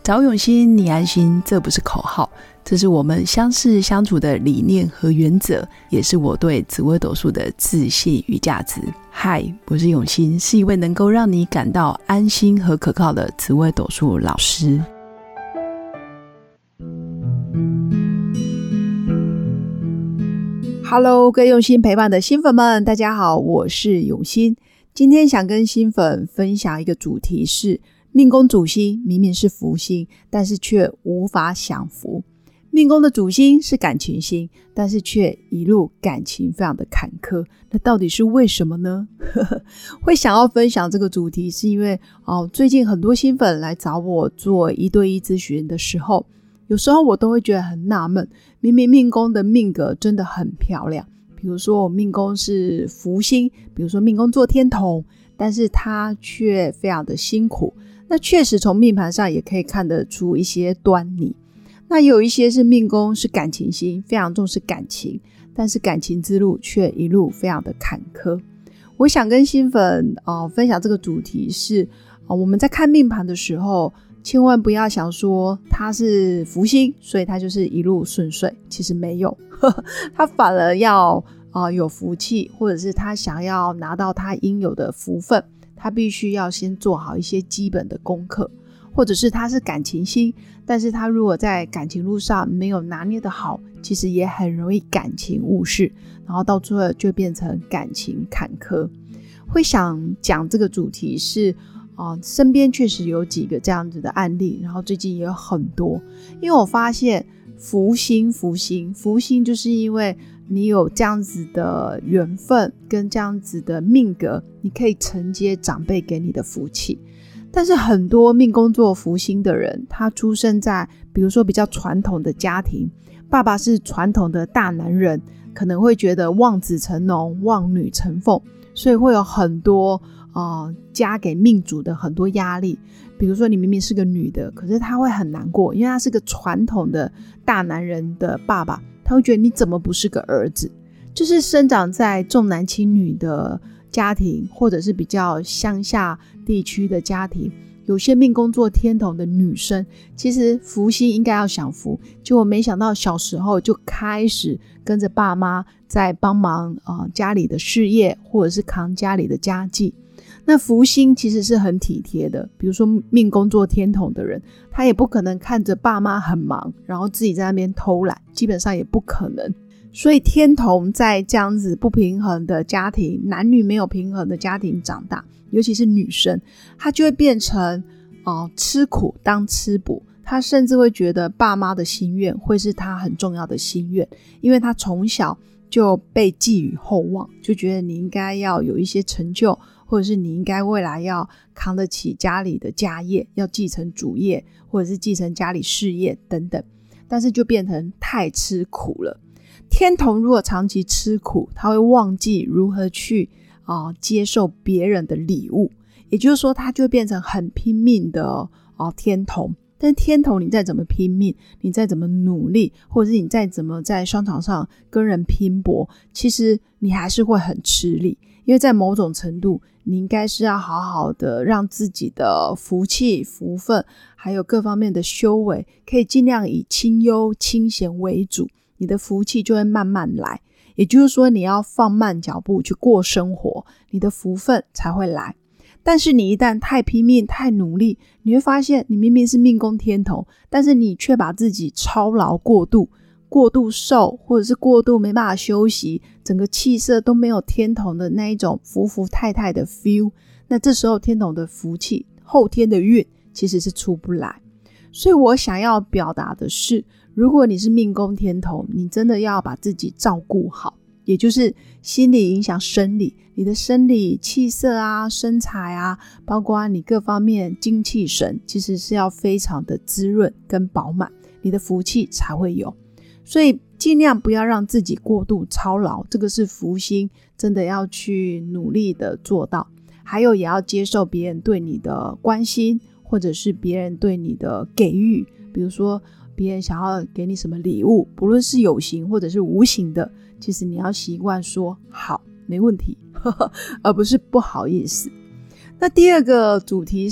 找永新，你安心，这不是口号，这是我们相识相处的理念和原则，也是我对紫微斗数的自信与价值。嗨，我是永新，是一位能够让你感到安心和可靠的紫微斗数老师。Hello， 各位用心陪伴的新粉们，大家好，我是永新。今天想跟新粉分享一个主题是命宫主星明明是福星，但是却无法享福。命宫的主星是感情星，但是却一路感情非常的坎坷，那到底是为什么呢？会想要分享这个主题是因为最近很多新粉来找我做一对一咨询的时候，有时候我都会觉得很纳闷，明明命宫的命格真的很漂亮，比如说我命宫是福星，比如说命宫做天同，但是它却非常的辛苦。那确实从命盘上也可以看得出一些端倪。那有一些是命宫是感情星，非常重视感情，但是感情之路却一路非常的坎坷。我想跟新粉分享这个主题是我们在看命盘的时候，千万不要想说他是福星，所以他就是一路顺遂，其实没有他反而要有福气，或者是他想要拿到他应有的福分，他必须要先做好一些基本的功课，或者是他是感情星，但是他如果在感情路上没有拿捏得好，其实也很容易感情误事，然后到最后就变成感情坎坷。会想讲这个主题是身边确实有几个这样子的案例，然后最近也有很多，因为我发现福星就是因为你有这样子的缘分跟这样子的命格，你可以承接长辈给你的福气。但是很多命宫做福星的人，他出生在比如说比较传统的家庭，爸爸是传统的大男人，可能会觉得望子成龙望女成凤，所以会有很多加给命主的很多压力。比如说你明明是个女的，可是他会很难过，因为他是个传统的大男人的爸爸，他会觉得你怎么不是个儿子。就是生长在重男轻女的家庭，或者是比较乡下地区的家庭，有些命宫做天同的女生，其实福星应该要享福，结果没想到小时候就开始跟着爸妈在帮忙家里的事业，或者是扛家里的家计。那福星其实是很体贴的，比如说命宫做天同的人，他也不可能看着爸妈很忙然后自己在那边偷懒，基本上也不可能。所以天同在这样子不平衡的家庭，男女没有平衡的家庭长大，尤其是女生，她就会变成吃苦当吃补。她甚至会觉得爸妈的心愿会是她很重要的心愿，因为她从小就被寄予厚望，就觉得你应该要有一些成就，或者是你应该未来要扛得起家里的家业，要继承主业，或者是继承家里事业等等。但是就变成太吃苦了。天同如果长期吃苦，他会忘记如何去接受别人的礼物，也就是说他就会变成很拼命的天同。但天同你再怎么拼命，你再怎么努力，或者是你再怎么在商场上跟人拼搏，其实你还是会很吃力。因为在某种程度，你应该是要好好的让自己的福气福分还有各方面的修为可以尽量以清幽清闲为主，你的福气就会慢慢来。也就是说你要放慢脚步去过生活，你的福分才会来。但是你一旦太拼命太努力，你会发现你明明是命宫天同，但是你却把自己操劳过度瘦，或者是过度没办法休息，整个气色都没有天同的那一种福福太太的 feel。 那这时候天同的福气后天的运其实是出不来。所以我想要表达的是，如果你是命宫天同，你真的要把自己照顾好，也就是心理影响生理，你的生理气色啊身材啊，包括你各方面精气神，其实是要非常的滋润跟饱满，你的福气才会有。所以尽量不要让自己过度操劳，这个是福星真的要去努力的做到。还有也要接受别人对你的关心，或者是别人对你的给予，比如说别人想要给你什么礼物，不论是有形或者是无形的，其实你要习惯说好没问题而不是不好意思。那第二个主题是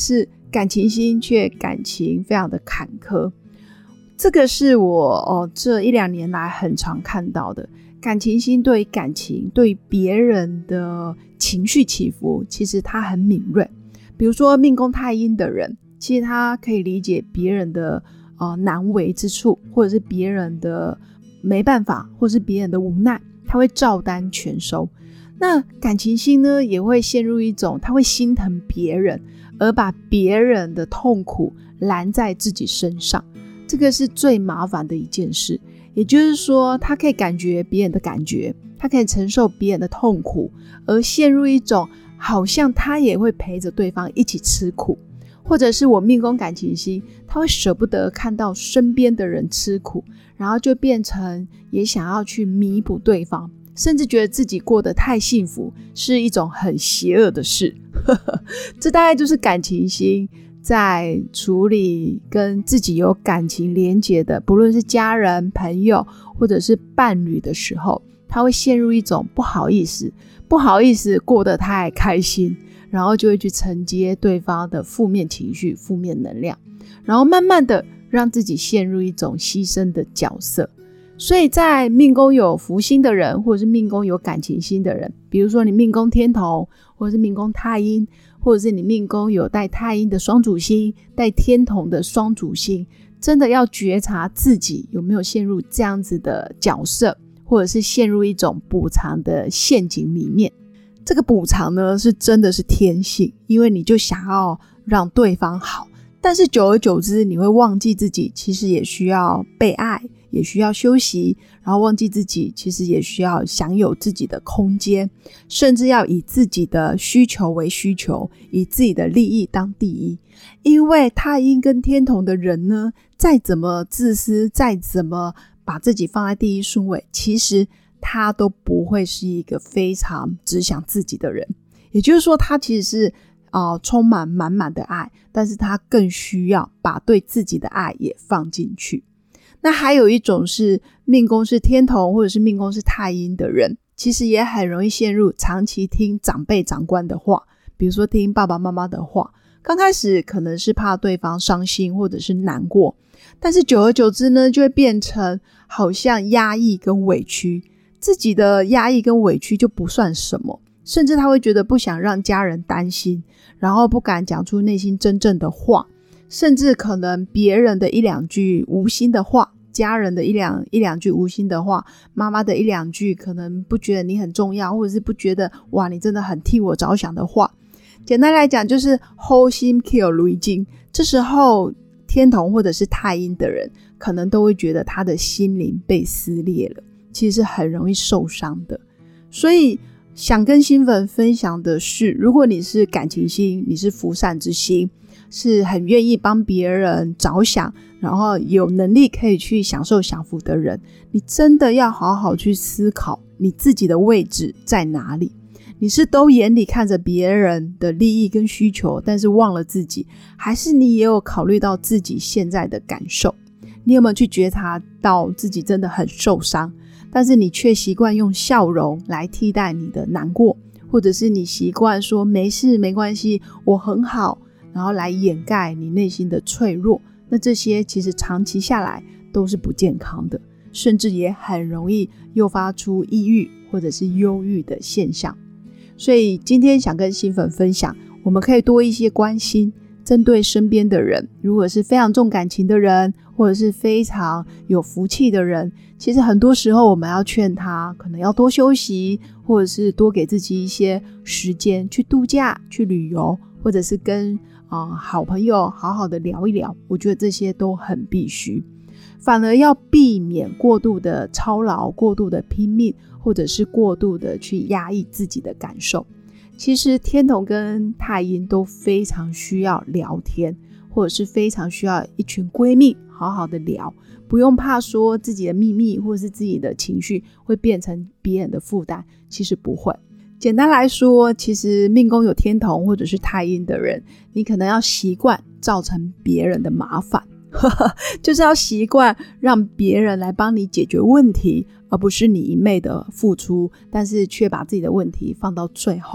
感情星却感情非常的坎坷。这个是我这1-2年来很常看到的。感情星对于感情，对于别人的情绪起伏，其实他很敏锐。比如说命宫太阴的人，其实他可以理解别人的难为之处，或者是别人的没办法，或者是别人的无奈，他会照单全收。那感情星呢，也会陷入一种他会心疼别人，而把别人的痛苦揽在自己身上，这个是最麻烦的一件事。也就是说，他可以感觉别人的感觉，他可以承受别人的痛苦，而陷入一种好像他也会陪着对方一起吃苦。或者是我命宫感情星，他会舍不得看到身边的人吃苦，然后就变成也想要去弥补对方，甚至觉得自己过得太幸福是一种很邪恶的事这大概就是感情星在处理跟自己有感情连结的，不论是家人、朋友或者是伴侣的时候，他会陷入一种不好意思过得太开心，然后就会去承接对方的负面情绪、负面能量，然后慢慢的让自己陷入一种牺牲的角色。所以在命宫有福星的人，或者是命宫有感情星的人，比如说你命宫天同，或者是命宫太阴，或者是你命宫有带太阴的双主星，带天同的双主星，真的要觉察自己有没有陷入这样子的角色，或者是陷入一种补偿的陷阱里面。这个补偿呢，是真的是天性，因为你就想要让对方好，但是久而久之你会忘记自己其实也需要被爱，也需要休息，然后忘记自己其实也需要享有自己的空间，甚至要以自己的需求为需求，以自己的利益当第一。因为太阴跟天同的人呢，再怎么自私，再怎么把自己放在第一顺位，其实他都不会是一个非常只想自己的人。也就是说，他其实是充满满满的爱，但是他更需要把对自己的爱也放进去。那还有一种是命宫是天同或者是命宫是太阴的人，其实也很容易陷入长期听长辈长官的话，比如说听爸爸妈妈的话。刚开始可能是怕对方伤心或者是难过，但是久而久之呢，就会变成好像压抑跟委屈，自己的压抑跟委屈就不算什么，甚至他会觉得不想让家人担心，然后不敢讲出内心真正的话，甚至可能别人的1-2句无心的话，家人的一两句无心的话，妈妈的1-2句可能不觉得你很重要，或者是不觉得哇你真的很替我着想的话，简单来讲就是齁心 kill 雷金。这时候天同或者是太阴的人可能都会觉得他的心灵被撕裂了，其实是很容易受伤的。所以想跟新粉分享的是，如果你是感情星，你是福善之心，是很愿意帮别人着想，然后有能力可以去享受享福的人，你真的要好好去思考你自己的位置在哪里。你是都眼里看着别人的利益跟需求，但是忘了自己，还是你也有考虑到自己现在的感受？你有没有去觉察到自己真的很受伤，但是你却习惯用笑容来替代你的难过，或者是你习惯说没事没关系我很好，然后来掩盖你内心的脆弱，那这些其实长期下来都是不健康的，甚至也很容易诱发出抑郁或者是忧郁的现象。所以今天想跟新粉分享，我们可以多一些关心，针对身边的人，如果是非常重感情的人，或者是非常有福气的人，其实很多时候我们要劝他可能要多休息，或者是多给自己一些时间去度假、去旅游，或者是跟好朋友好好的聊一聊，我觉得这些都很必须。反而要避免过度的操劳、过度的拼命，或者是过度的去压抑自己的感受。其实天同跟太阴都非常需要聊天，或者是非常需要一群闺蜜好好的聊，不用怕说自己的秘密或者是自己的情绪会变成别人的负担，其实不会。简单来说，其实命宫有天同或者是太阴的人，你可能要习惯造成别人的麻烦就是要习惯让别人来帮你解决问题，而不是你一昧的付出，但是却把自己的问题放到最后，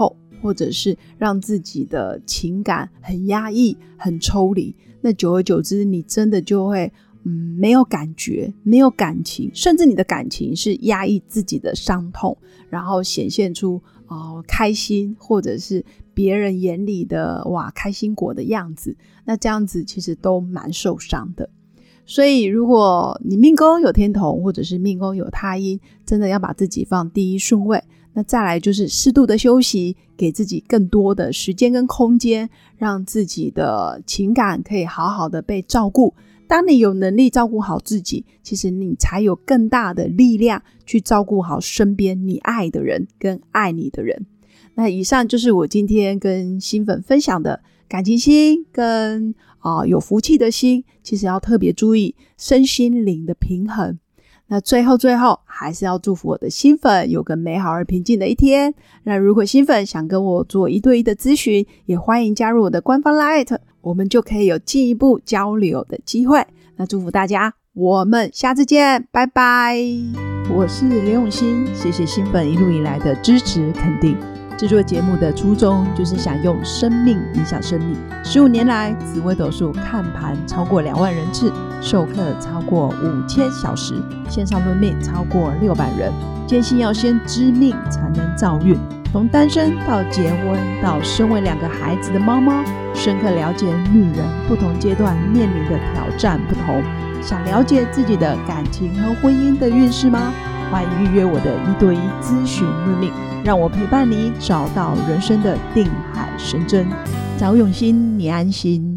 或者是让自己的情感很压抑很抽离，那久而久之你真的就会没有感觉没有感情，甚至你的感情是压抑自己的伤痛，然后显现出开心或者是别人眼里的哇开心果的样子，那这样子其实都蛮受伤的。所以如果你命宫有天同或者是命宫有他阴，真的要把自己放第一顺位。那再来就是适度的休息，给自己更多的时间跟空间，让自己的情感可以好好的被照顾。当你有能力照顾好自己，其实你才有更大的力量去照顾好身边你爱的人跟爱你的人。那以上就是我今天跟新粉分享的感情心跟有福气的心，其实要特别注意身心灵的平衡。那最后还是要祝福我的新粉有个美好而平静的一天。那如果新粉想跟我做1对1的咨询，也欢迎加入我的官方 LINE， 我们就可以有进一步交流的机会。那祝福大家，我们下次见，拜拜。我是刘永新，谢谢新粉一路以来的支持肯定。制作节目的初衷就是想用生命影响生命。15年来，紫微斗数看盘超过2万人次，授课超过5000小时，线上论命超过600人。坚信要先知命才能造运，从单身到结婚到身为2个孩子的妈妈，深刻了解女人不同阶段面临的挑战不同。想了解自己的感情和婚姻的运势吗？欢迎预约我的1对1咨询论命，让我陪伴你找到人生的定海神针。找永心，你安心。